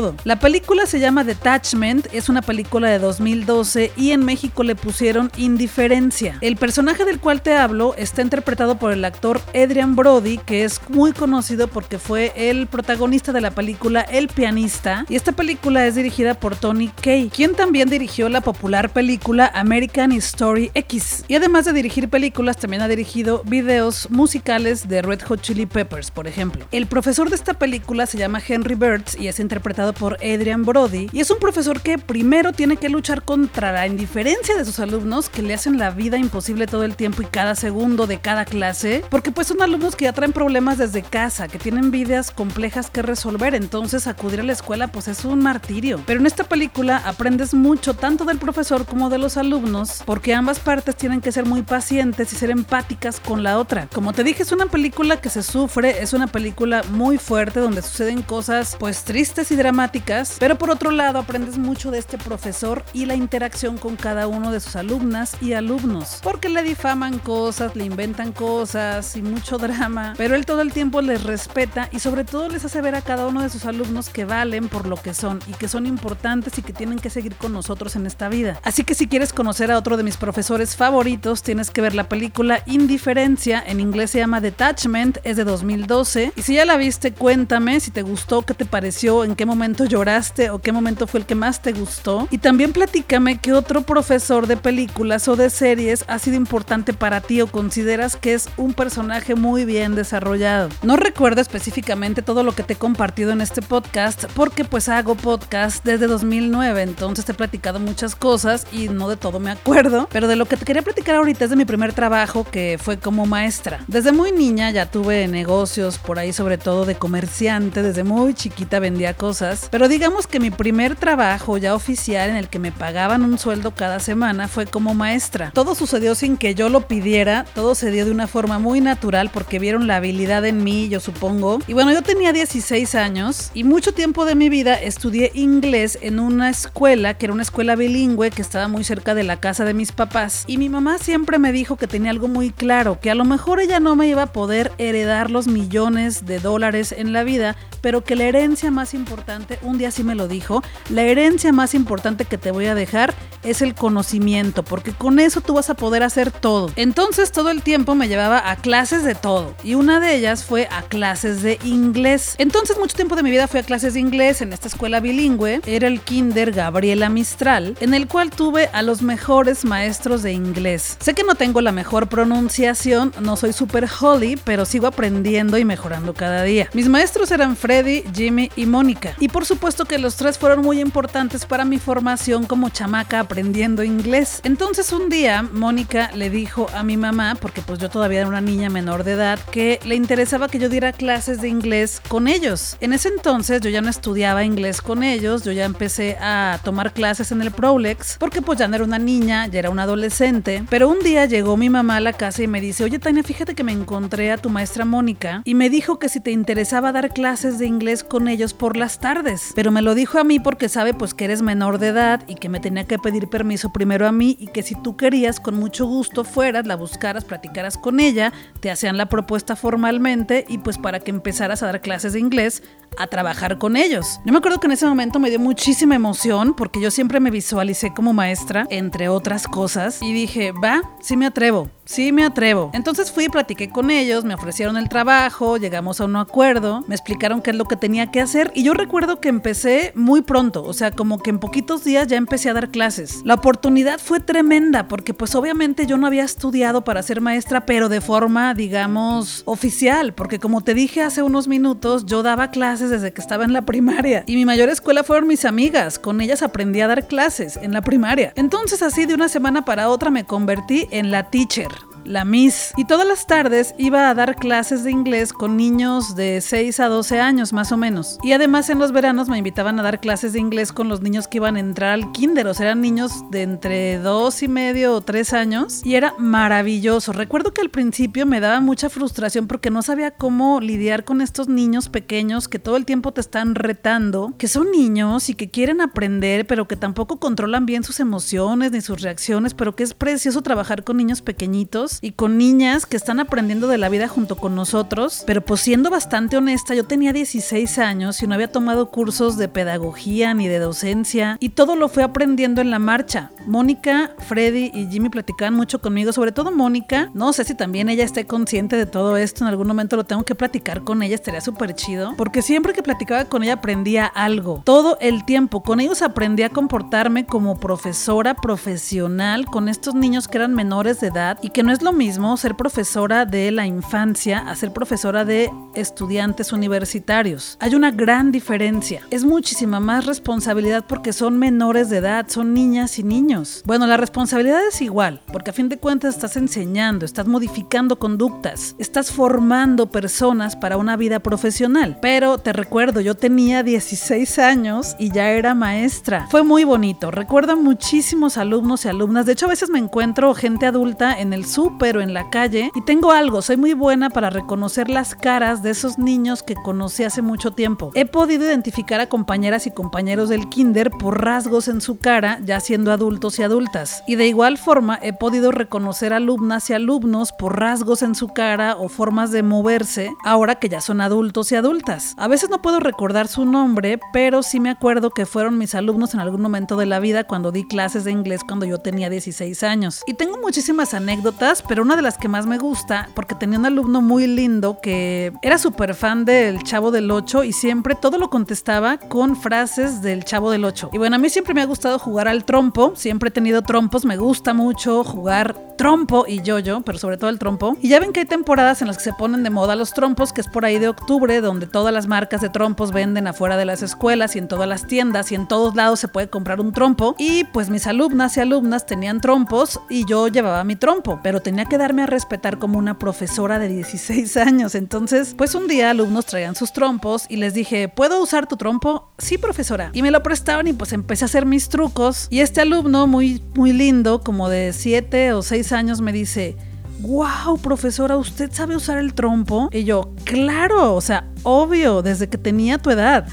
todo. La película se llama Detachment, es una película de 2012 y en México le pusieron Indiferencia. El personaje del cual te hablo está interpretado por el actor Adrien Brody, que es muy conocido porque fue el protagonista de la película El pianista, y esta película es dirigida por Tony Kaye, quien también dirigió la popular película American Story X, y además de dirigir películas también ha dirigido videos musicales de Red Hot Chili Peppers, por ejemplo. El profesor de esta película se llama Henry Burns y es interpretado por Adrien Brody, y es un profesor que primero tiene que luchar contra la indiferencia de sus alumnos, que le hacen la vida imposible todo el tiempo y cada segundo de cada clase, porque pues son alumnos que ya traen problemas desde casa, que tienen vidas complejas que resolver, entonces acudir a la escuela pues es un martirio. Pero en esta película aprendes mucho tanto del profesor como de los alumnos, porque ambas partes tienen que ser muy pacientes y ser empáticas con la otra. Como te dije, es una película que se sufre, es una película muy fuerte donde suceden cosas pues tristes y dramáticas, pero por otro lado aprendes mucho de este profesor y la interacción con cada uno de sus alumnas y alumnos, porque le difaman cosas, le inventan cosas y mucho drama, pero él todo el tiempo les respeta y sobre todo les hace ver a cada uno de sus alumnos que valen por lo que son y que son importantes y que tienen que seguir con nosotros en esta vida. Así que si quieres conocer a otro de mis profesores favoritos, tienes que ver la película Indiferencia, en inglés se llama Detachment, es de 2012, y si ya la viste, cuéntame si te gustó, qué te pareció, en qué momento lloraste o qué momento fue el que más te gustó, y también platícame qué otro profesor de películas o de series ha sido importante para ti o consideras que es un personaje muy bien desarrollado. No recuerdo específicamente todo lo que te he compartido en este podcast porque pues hago podcast desde 2009, entonces te he platicado muchas cosas y no de todo me acuerdo, pero de lo que te quería platicar ahorita es de mi primer trabajo, que fue como maestra. Desde muy niña ya tuve negocios por ahí, sobre todo de comerciante, desde muy chiquita vendía cosas, pero digamos que mi primer trabajo ya oficial en el que me pagaban un sueldo cada semana fue como maestra. Todo sucedió sin que yo lo pidiera, todo se dio de una forma muy natural porque vieron la habilidad en mí, yo supongo. Y bueno, yo tenía 16 años y mucho tiempo de mi vida estudié inglés en una escuela que era una escuela bilingüe que estaba muy cerca de la casa de mis papás, y mi mamá siempre me dijo que tenía algo muy claro, que a lo mejor ella no me iba a poder heredar los millones de dólares en la vida, pero que la herencia más importante, un día sí me lo dijo, la herencia más importante que te voy a dejar es el conocimiento, porque con eso tú vas a poder hacer todo. Entonces todo el tiempo me llevaba a clases de todo, y una de ellas fue a clases de inglés. Entonces mucho tiempo de mi vida fui a clases de inglés en esta escuela bilingüe, era el Kinder Gabriela Mistral, en el cual tuve a los mejores maestros de inglés. Sé que no tengo la mejor pronunciación, no soy super holy, pero sigo aprendiendo y mejorando cada día. Mis maestros eran Freddy, Jimmy y Mónica, y por supuesto que los tres fueron muy importantes para mi formación como chamaca aprendiendo inglés. Entonces un día Mónica le dijo a mi mamá, porque pues yo todavía era una niña menor de edad, que le interesaba que yo diera clases de inglés con ellos. En ese entonces yo ya no estudiaba inglés con ellos, yo ya empecé a tomar clases en el Prolex, porque pues ya no era una niña, ya era una adolescente. Pero un día llegó mi mamá a la casa y me dice: oye Tania, fíjate que me encontré a tu maestra Mónica y me dijo que si te interesaba dar clases de inglés con ellos por las tardes, pero me lo dijo a mí porque sabe pues que eres menor de edad y que me tenía que pedir permiso primero a mí, y que si tú querías con mucho gusto fueras, la buscaras, platicaras con ella, te hacían la propuesta formalmente y pues para que empezaras a dar clases de inglés, a trabajar con ellos. Yo me acuerdo que en ese momento me dio muchísima emoción porque yo siempre me visualicé como maestra, entre otras cosas, y dije, va, sí me atrevo. Entonces fui y platiqué con ellos, me ofrecieron el trabajo, llegamos a un acuerdo, me explicaron qué es lo que tenía que hacer y yo recuerdo que empecé muy pronto, o sea, como que en poquitos días ya empecé a dar clases. La oportunidad fue tremenda porque pues obviamente yo no había estudiado para ser maestra, pero de forma, digamos, oficial, porque como te dije hace unos minutos, yo daba clases desde que estaba en la primaria y mi mayor escuela fueron mis amigas, con ellas aprendí a dar clases en la primaria. Entonces así de una semana para otra me convertí en la teacher, la Miss, y todas las tardes iba a dar clases de inglés con niños de 6 a 12 años más o menos, y además en los veranos me invitaban a dar clases de inglés con los niños que iban a entrar al kinder, o sea, eran niños de entre 2 y medio o 3 años, y era maravilloso. Recuerdo que al principio me daba mucha frustración porque no sabía cómo lidiar con estos niños pequeños que todo el tiempo te están retando, que son niños y que quieren aprender, pero que tampoco controlan bien sus emociones ni sus reacciones, pero que es precioso trabajar con niños pequeñitos niñitos y con niñas que están aprendiendo de la vida junto con nosotros, pero pues siendo bastante honesta, yo tenía 16 años y no había tomado cursos de pedagogía ni de docencia y todo lo fui aprendiendo en la marcha. Mónica, Freddy y Jimmy platicaban mucho conmigo, sobre todo Mónica. No sé si también ella esté consciente de todo esto, en algún momento lo tengo que platicar con ella, estaría súper chido, porque siempre que platicaba con ella aprendía algo, todo el tiempo. Con ellos aprendí a comportarme como profesora profesional con estos niños que eran menores de edad y que no es lo mismo ser profesora de la infancia a ser profesora de estudiantes universitarios. Hay una gran diferencia, es muchísima más responsabilidad porque son menores de edad, son niñas y niños. Bueno, la responsabilidad es igual, porque a fin de cuentas estás enseñando, estás modificando conductas, estás formando personas para una vida profesional. Pero te recuerdo, yo tenía 16 años y ya era maestra. Fue muy bonito, recuerdo muchísimos alumnos y alumnas. De hecho, a veces me encuentro gente adulta en el súper o en la calle y tengo algo, soy muy buena para reconocer las caras de esos niños que conocí hace mucho tiempo. He podido identificar a compañeras y compañeros del kinder por rasgos en su cara, ya siendo adultos y adultas. Y de igual forma he podido reconocer alumnas y alumnos por rasgos en su cara o formas de moverse, ahora que ya son adultos y adultas. A veces no puedo recordar su nombre, pero sí me acuerdo que fueron mis alumnos en algún momento de la vida cuando di clases de inglés cuando yo tenía 16 años. Y tengo muchísimas anécdotas, pero una de las que más me gusta, porque tenía un alumno muy lindo que era súper fan del Chavo del Ocho y siempre todo lo contestaba con frases del Chavo del Ocho. Y bueno, a mí siempre me ha gustado jugar al trompo, siempre he tenido trompos, me gusta mucho jugar trompo y yo-yo, pero sobre todo el trompo. Y ya ven que hay temporadas en las que se ponen de moda los trompos, que es por ahí de octubre, donde todas las marcas de trompos venden afuera de las escuelas y en todas las tiendas y en todos lados se puede comprar un trompo. Y pues mis alumnas y alumnas tenían trompos y yo llevaba mi trompo, pero tenía que darme a respetar como una profesora de 16 años. Entonces, pues un día alumnos traían sus trompos y les dije, ¿puedo usar tu trompo? Sí, profesora. Y me lo prestaban y pues empecé a hacer mis trucos. Y este alumno muy, muy lindo, como de 7 o 6 años, me dice, wow, profesora, ¿usted sabe usar el trompo? Y yo, claro, o sea, obvio, desde que tenía tu edad.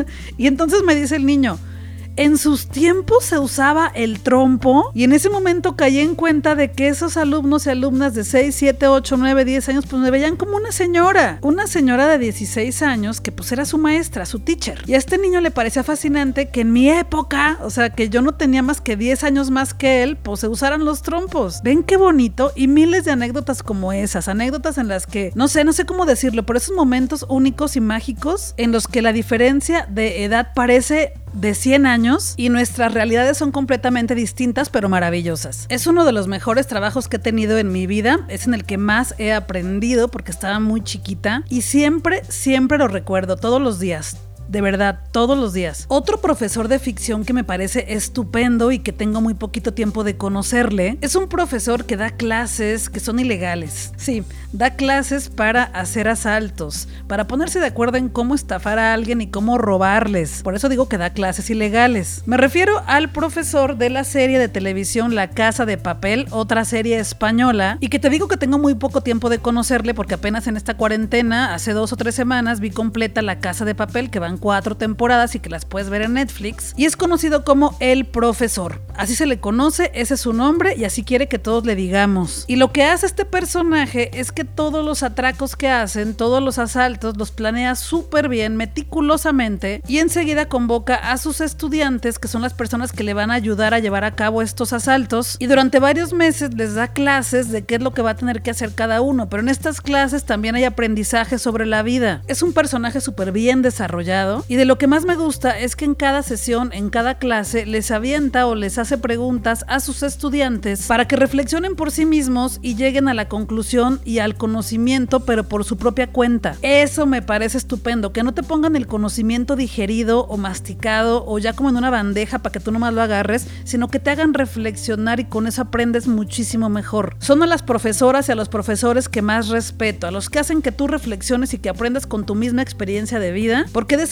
Y entonces me dice el niño, en sus tiempos se usaba el trompo, y en ese momento caí en cuenta de que esos alumnos y alumnas de 6, 7, 8, 9, 10 años pues me veían como una señora de 16 años que pues era su maestra, su teacher. Y a este niño le parecía fascinante que en mi época, o sea que yo no tenía más que 10 años más que él, pues se usaran los trompos. ¿Ven qué bonito? Y miles de anécdotas como esas, anécdotas en las que, no sé cómo decirlo, pero esos momentos únicos y mágicos en los que la diferencia de edad parece de 100 años y nuestras realidades son completamente distintas pero maravillosas. Es uno de los mejores trabajos que he tenido en mi vida, es en el que más he aprendido porque estaba muy chiquita y siempre lo recuerdo todos los días. De verdad, todos los días. Otro profesor de ficción que me parece estupendo y que tengo muy poquito tiempo de conocerle, es un profesor que da clases que son ilegales. Sí, da clases para hacer asaltos, para ponerse de acuerdo en cómo estafar a alguien y cómo robarles. Por eso digo que da clases ilegales. Me refiero al profesor de la serie de televisión La Casa de Papel, otra serie española, y que te digo que tengo muy poco tiempo de conocerle porque apenas en esta cuarentena, hace 2 o 3 semanas, vi completa La Casa de Papel, que van 4 temporadas y que las puedes ver en Netflix, y es conocido como El Profesor. Así se le conoce, ese es su nombre y así quiere que todos le digamos. Y lo que hace este personaje es que todos los atracos que hacen, todos los asaltos, los planea súper bien, meticulosamente, y enseguida convoca a sus estudiantes, que son las personas que le van a ayudar a llevar a cabo estos asaltos, y durante varios meses les da clases de qué es lo que va a tener que hacer cada uno, pero en estas clases también hay aprendizaje sobre la vida. Es un personaje súper bien desarrollado, y de lo que más me gusta es que en cada sesión, en cada clase, les avienta o les hace preguntas a sus estudiantes para que reflexionen por sí mismos y lleguen a la conclusión y al conocimiento, pero por su propia cuenta. Eso me parece estupendo, que no te pongan el conocimiento digerido o masticado o ya como en una bandeja para que tú nomás lo agarres, sino que te hagan reflexionar y con eso aprendes muchísimo mejor. Son a las profesoras y a los profesores que más respeto, a los que hacen que tú reflexiones y que aprendas con tu misma experiencia de vida, porque de esa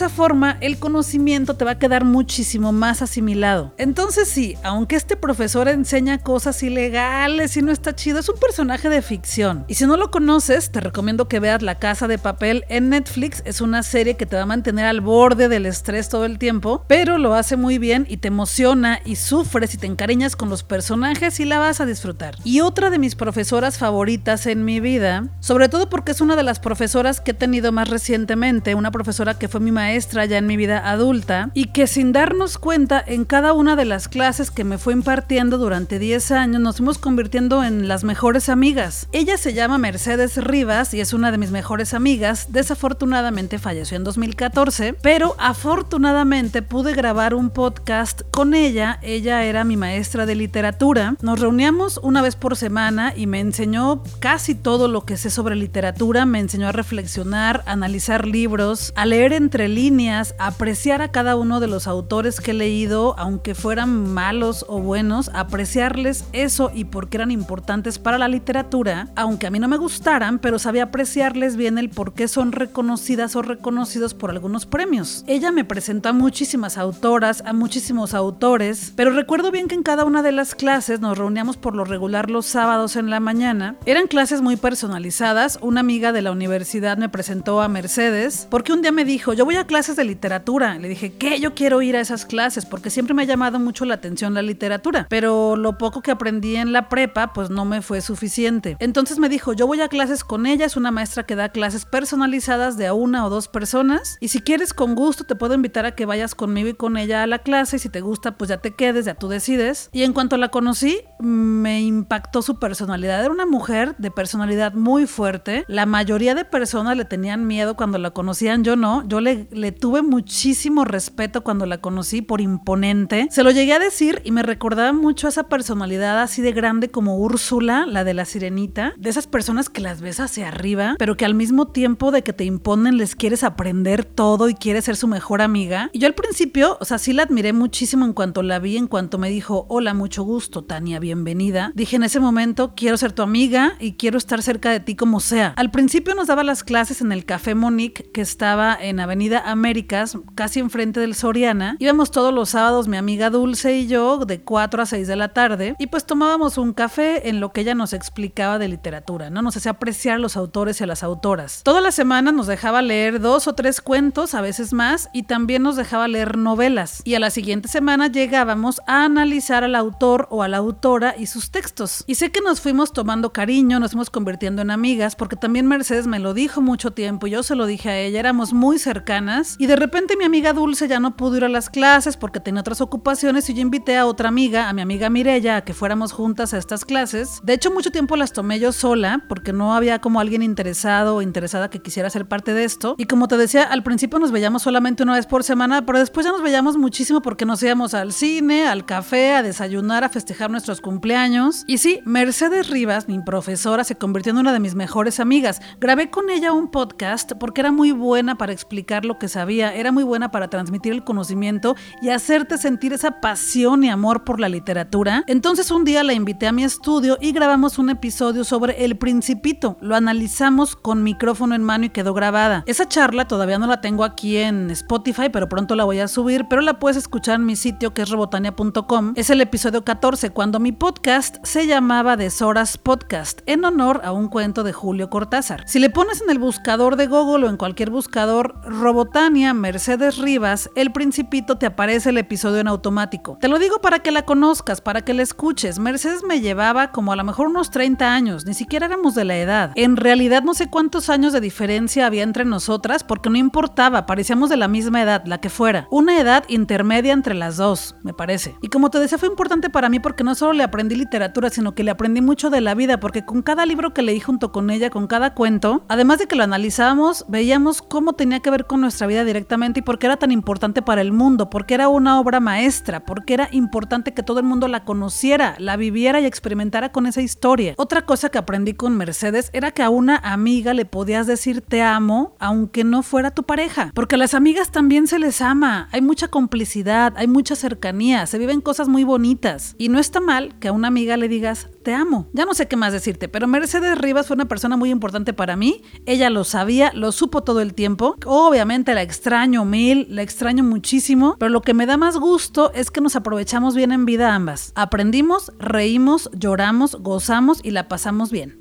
esa forma el conocimiento te va a quedar muchísimo más asimilado. Entonces sí, aunque este profesor enseña cosas ilegales y no está chido, es un personaje de ficción. Y si no lo conoces, te recomiendo que veas La Casa de Papel en Netflix. Es una serie que te va a mantener al borde del estrés todo el tiempo, pero lo hace muy bien y te emociona y sufres y te encariñas con los personajes y la vas a disfrutar. Y otra de mis profesoras favoritas en mi vida, sobre todo porque es una de las profesoras que he tenido más recientemente, una profesora que fue mi maestra ya en mi vida adulta y que sin darnos cuenta en cada una de las clases que me fue impartiendo durante 10 años nos fuimos convirtiendo en las mejores amigas. Ella se llama Mercedes Rivas y es una de mis mejores amigas. Desafortunadamente falleció en 2014, pero afortunadamente pude grabar un podcast con ella. Ella era mi maestra de literatura. Nos reuníamos una vez por semana y me enseñó casi todo lo que sé sobre literatura. Me enseñó a reflexionar, a analizar libros, a leer entre líneas, a apreciar a cada uno de los autores que he leído, aunque fueran malos o buenos, apreciarles eso y por qué eran importantes para la literatura, aunque a mí no me gustaran, pero sabía apreciarles bien el por qué son reconocidas o reconocidos por algunos premios. Ella me presentó a muchísimas autoras, a muchísimos autores, pero recuerdo bien que en cada una de las clases nos reuníamos por lo regular los sábados en la mañana. Eran clases muy personalizadas. Una amiga de la universidad me presentó a Mercedes porque un día me dijo, yo voy a clases de literatura. Le dije, ¿qué? Yo quiero ir a esas clases porque siempre me ha llamado mucho la atención la literatura, pero lo poco que aprendí en la prepa pues no me fue suficiente. Entonces me dijo, yo voy a clases con ella, es una maestra que da clases personalizadas de a 1 o 2 personas y si quieres con gusto te puedo invitar a que vayas conmigo y con ella a la clase y si te gusta pues ya te quedes, ya tú decides. Y en cuanto la conocí me impactó su personalidad. Era una mujer de personalidad muy fuerte. La mayoría de personas le tenían miedo cuando la conocían, yo no. Yo le tuve muchísimo respeto cuando la conocí por imponente. Se lo llegué a decir y me recordaba mucho a esa personalidad así de grande como Úrsula, la de La Sirenita, de esas personas que las ves hacia arriba, pero que al mismo tiempo de que te imponen les quieres aprender todo y quieres ser su mejor amiga. Y yo al principio, o sea, sí la admiré muchísimo en cuanto la vi, en cuanto me dijo, hola, mucho gusto, Tania, bienvenida. Dije en ese momento, quiero ser tu amiga y quiero estar cerca de ti como sea. Al principio nos daba las clases en el Café Monique, que estaba en Avenida Américas, casi enfrente del Soriana. Íbamos todos los sábados, mi amiga Dulce y yo, de 4 a 6 de la tarde, y pues tomábamos un café en lo que ella nos explicaba de literatura, ¿no? Nos hacía apreciar a los autores y a las autoras. Toda la semana nos dejaba leer 2 o 3 cuentos, a veces más, y también nos dejaba leer novelas. Y a la siguiente semana llegábamos a analizar al autor o a la autora y sus textos. Y sé que nos fuimos tomando cariño, nos fuimos convirtiendo en amigas, porque también Mercedes me lo dijo mucho tiempo, yo se lo dije a ella, éramos muy cercanas, y de repente mi amiga Dulce ya no pudo ir a las clases porque tenía otras ocupaciones y yo invité a otra amiga, a mi amiga Mireya, a que fuéramos juntas a estas clases. De hecho, mucho tiempo las tomé yo sola porque no había como alguien interesado o interesada que quisiera ser parte de esto. Y como te decía, al principio nos veíamos solamente una vez por semana, pero después ya nos veíamos muchísimo porque nos íbamos al cine, al café, a desayunar, a festejar nuestros cumpleaños. Y sí, Mercedes Rivas, mi profesora, se convirtió en una de mis mejores amigas. Grabé con ella un podcast porque era muy buena para explicar lo que sabía, era muy buena para transmitir el conocimiento y hacerte sentir esa pasión y amor por la literatura. Entonces un día la invité a mi estudio y grabamos un episodio sobre El Principito. Lo analizamos con micrófono en mano y quedó grabada. Esa charla todavía no la tengo aquí en Spotify, pero pronto la voy a subir, pero la puedes escuchar en mi sitio que es robotania.com. Es el episodio 14, cuando mi podcast se llamaba Deshoras Podcast, en honor a un cuento de Julio Cortázar. Si le pones en el buscador de Google o en cualquier buscador Robotania, Mercedes Rivas, El Principito, te aparece el episodio en automático. Te lo digo para que la conozcas, para que la escuches. Mercedes me llevaba como a lo mejor unos 30 años, ni siquiera éramos de la edad. En realidad no sé cuántos años de diferencia había entre nosotras porque no importaba, parecíamos de la misma edad, la que fuera. Una edad intermedia entre las dos, me parece. Y como te decía, fue importante para mí porque no solo le aprendí literatura, sino que le aprendí mucho de la vida, porque con cada libro que leí junto con ella, con cada cuento, además de que lo analizábamos, veíamos cómo tenía que ver con nuestra vida directamente y por qué era tan importante para el mundo, porque era una obra maestra, porque era importante que todo el mundo la conociera, la viviera y experimentara con esa historia. Otra cosa que aprendí con Mercedes era que a una amiga le podías decir te amo, aunque no fuera tu pareja, porque a las amigas también se les ama, hay mucha complicidad, hay mucha cercanía, se viven cosas muy bonitas y no está mal que a una amiga le digas te amo. Ya no sé qué más decirte, pero Mercedes Rivas fue una persona muy importante para mí. Ella lo sabía, lo supo todo el tiempo. Obviamente la extraño mil, la extraño muchísimo, pero lo que me da más gusto es que nos aprovechamos bien en vida ambas. Aprendimos, reímos, lloramos, gozamos y la pasamos bien.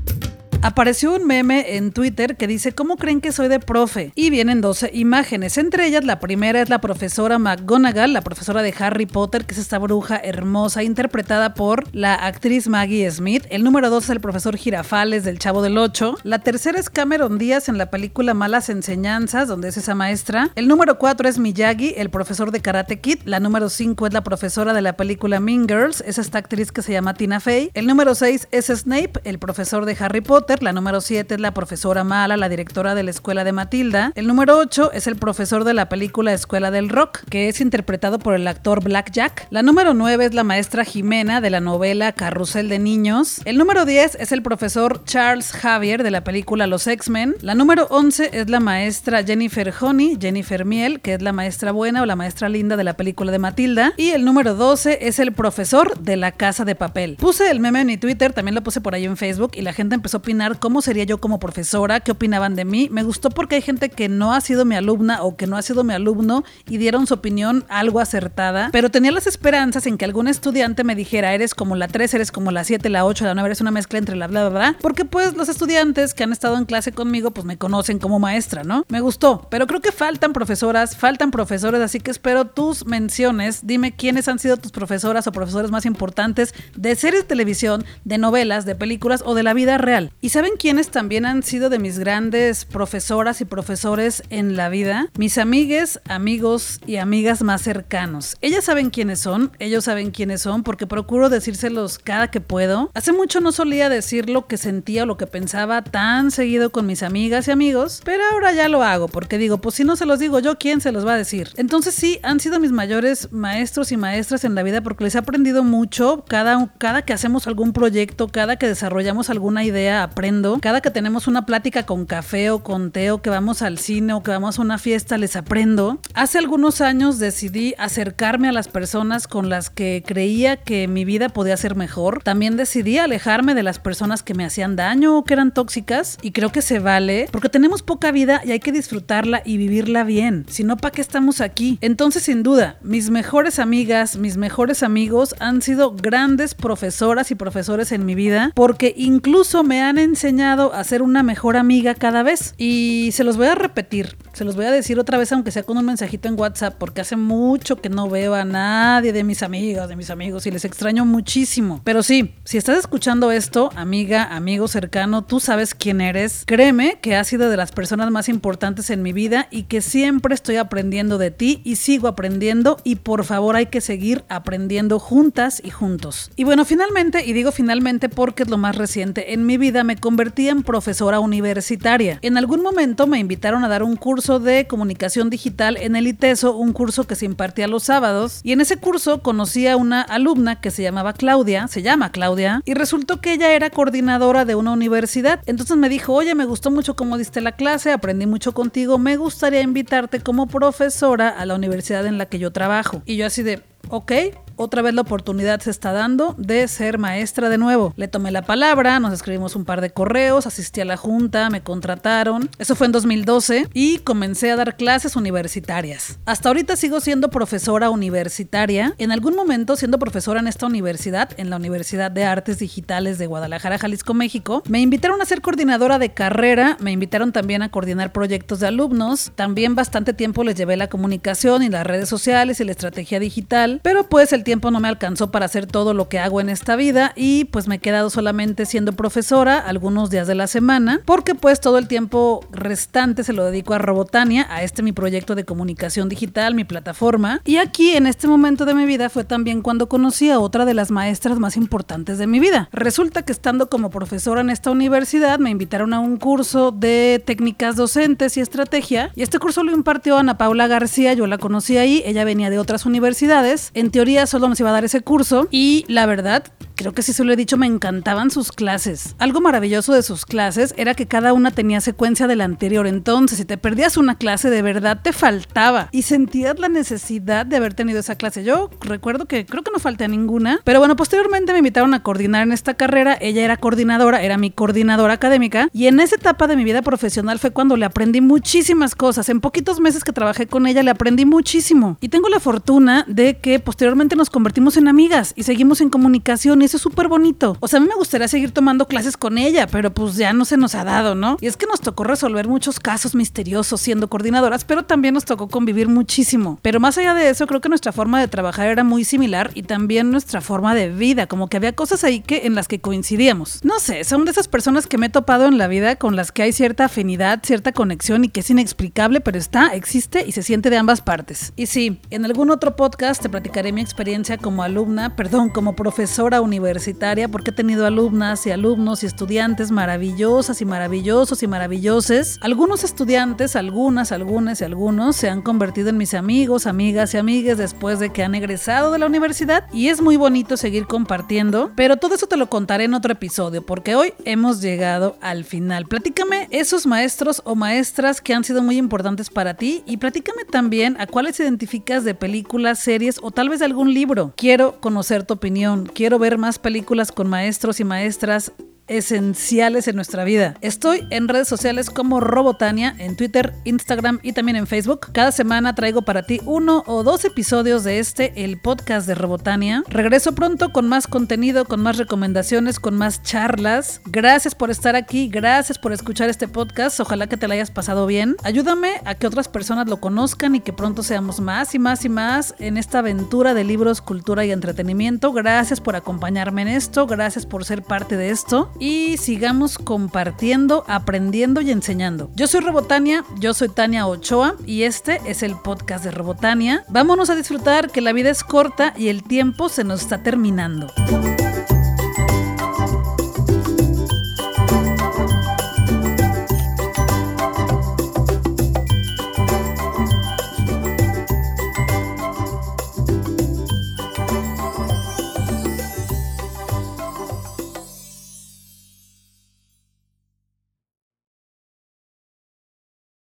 Apareció un meme en Twitter que dice ¿cómo creen que soy de profe? Y vienen 12 imágenes, entre ellas la primera es la profesora McGonagall, la profesora de Harry Potter, que es esta bruja hermosa interpretada por la actriz Maggie Smith. El número 2 es el profesor Girafales del Chavo del 8. La tercera es Cameron Díaz en la película Malas Enseñanzas, donde es esa maestra. El número 4 es Miyagi, el profesor de Karate Kid. La número 5 es la profesora de la película Mean Girls, es esta actriz que se llama Tina Fey. El número 6 es Snape, el profesor de Harry Potter. La número 7 es la profesora Mala, la directora de la escuela de Matilda. El número 8 es el profesor de la película Escuela del Rock, que es interpretado por el actor Black Jack. La número 9 es la maestra Jimena de la novela Carrusel de Niños. El número 10 es el profesor Charles Xavier de la película Los X-Men. La número 11 es la maestra Jennifer Honey, Jennifer Miel, que es la maestra buena o la maestra linda de la película de Matilda. Y el número 12 es el profesor de La Casa de Papel. Puse el meme en mi Twitter, también lo puse por ahí en Facebook, y la gente empezó a opinar cómo sería yo como profesora, qué opinaban de mí. Me gustó porque hay gente que no ha sido mi alumna o que no ha sido mi alumno y dieron su opinión algo acertada, pero tenía las esperanzas en que algún estudiante me dijera eres como la 3, eres como la 7, la 8, la 9, eres una mezcla entre la bla bla bla, porque pues los estudiantes que han estado en clase conmigo pues me conocen como maestra, ¿no? Me gustó, pero creo que faltan profesoras, faltan profesores, así que espero tus menciones. Dime quiénes han sido tus profesoras o profesores más importantes de series de televisión, de novelas, de películas o de la vida real. ¿Y saben quiénes también han sido de mis grandes profesoras y profesores en la vida? Mis amigues, amigos y amigas más cercanos. Ellas saben quiénes son, ellos saben quiénes son, porque procuro decírselos cada que puedo. Hace mucho no solía decir lo que sentía o lo que pensaba tan seguido con mis amigas y amigos, pero ahora ya lo hago, porque digo, pues si no se los digo yo, ¿quién se los va a decir? Entonces sí, han sido mis mayores maestros y maestras en la vida porque les he aprendido mucho. Cada que hacemos algún proyecto, cada que desarrollamos alguna idea, aprendo. Cada que tenemos una plática con café o con té o que vamos al cine o que vamos a una fiesta, les aprendo. Hace algunos años decidí acercarme a las personas con las que creía que mi vida podía ser mejor. También decidí alejarme de las personas que me hacían daño o que eran tóxicas, y creo que se vale, porque tenemos poca vida y hay que disfrutarla y vivirla bien. Si no, ¿para qué estamos aquí? Entonces, sin duda, mis mejores amigas, mis mejores amigos han sido grandes profesoras y profesores en mi vida, porque incluso me han enseñado a ser una mejor amiga cada vez. Y se los voy a repetir, se los voy a decir otra vez, aunque sea con un mensajito en WhatsApp, porque hace mucho que no veo a nadie de mis amigas, de mis amigos, y les extraño muchísimo. Pero sí, si estás escuchando esto, amiga, amigo cercano, tú sabes quién eres. Créeme que has sido de las personas más importantes en mi vida y que siempre estoy aprendiendo de ti y sigo aprendiendo, y por favor hay que seguir aprendiendo juntas y juntos. Y bueno, finalmente, y digo finalmente porque es lo más reciente en mi vida, me convertí en profesora universitaria. En algún momento me invitaron a dar un curso de comunicación digital en el ITESO, un curso que se impartía los sábados, y en ese curso conocí a una alumna que se llama Claudia, y resultó que ella era coordinadora de una universidad. Entonces me dijo, oye, me gustó mucho cómo diste la clase, aprendí mucho contigo, me gustaría invitarte como profesora a la universidad en la que yo trabajo. Y yo así de, ok, otra vez la oportunidad se está dando de ser maestra de nuevo. Le tomé la palabra, nos escribimos un par de correos, asistí a la junta, me contrataron. Eso fue en 2012 y comencé a dar clases universitarias. Hasta ahorita sigo siendo profesora universitaria. En algún momento, siendo profesora en esta universidad, en la Universidad de Artes Digitales de Guadalajara, Jalisco, México, me invitaron a ser coordinadora de carrera, me invitaron también a coordinar proyectos de alumnos. También bastante tiempo les llevé la comunicación y las redes sociales y la estrategia digital, pero pues el tiempo no me alcanzó para hacer todo lo que hago en esta vida y pues me he quedado solamente siendo profesora algunos días de la semana, porque pues todo el tiempo restante se lo dedico a Robotania, a mi proyecto de comunicación digital, mi plataforma. Y aquí en este momento de mi vida fue también cuando conocí a otra de las maestras más importantes de mi vida. Resulta que estando como profesora en esta universidad me invitaron a un curso de técnicas docentes y estrategia, y este curso lo impartió Ana Paula García. Yo la conocí ahí, ella venía de otras universidades. En teoría solo nos iba a dar ese curso y la verdad, creo que sí se lo he dicho, me encantaban sus clases. Algo maravilloso de sus clases era que cada una tenía secuencia de la anterior, entonces si te perdías una clase de verdad te faltaba y sentías la necesidad de haber tenido esa clase. Yo recuerdo que creo que no falté a ninguna, pero bueno, posteriormente me invitaron a coordinar en esta carrera. Ella era coordinadora, era mi coordinadora académica y en esa etapa de mi vida profesional fue cuando le aprendí muchísimas cosas. En poquitos meses que trabajé con ella le aprendí muchísimo y tengo la fortuna de que posteriormente nos convertimos en amigas y seguimos en comunicación y eso es súper bonito. O sea, a mí me gustaría seguir tomando clases con ella, pero pues ya no se nos ha dado, ¿no? Y es que nos tocó resolver muchos casos misteriosos siendo coordinadoras, pero también nos tocó convivir muchísimo. Pero más allá de eso, creo que nuestra forma de trabajar era muy similar y también nuestra forma de vida, como que había cosas ahí en las que coincidíamos. No sé, son de esas personas que me he topado en la vida con las que hay cierta afinidad, cierta conexión y que es inexplicable, pero existe y se siente de ambas partes. Y sí, en algún otro podcast te platicaré mi experiencia como profesora universitaria, porque he tenido alumnas y alumnos y estudiantes maravillosas y maravillosos y maravilloses. Algunos estudiantes, algunas y algunos se han convertido en mis amigos, amigas y amigues después de que han egresado de la universidad y es muy bonito seguir compartiendo, pero todo eso te lo contaré en otro episodio porque hoy hemos llegado al final. Platícame esos maestros o maestras que han sido muy importantes para ti y platícame también a cuáles identificas de películas, series o tal vez de algún libro. Quiero conocer tu opinión, quiero ver más películas con maestros y maestras esenciales en nuestra vida. Estoy en redes sociales como Robotania, en Twitter, Instagram y también en Facebook. Cada semana traigo para ti 1 o 2 episodios de el podcast de Robotania. Regreso pronto con más contenido, con más recomendaciones, con más charlas. Gracias por estar aquí, gracias por escuchar este podcast. Ojalá que te lo hayas pasado bien. Ayúdame a que otras personas lo conozcan y que pronto seamos más y más y más en esta aventura de libros, cultura y entretenimiento. Gracias por acompañarme en esto, gracias por ser parte de esto. Y sigamos compartiendo, aprendiendo y enseñando. Yo soy Robotania, yo soy Tania Ochoa y este es el podcast de Robotania. Vámonos a disfrutar que la vida es corta y el tiempo se nos está terminando.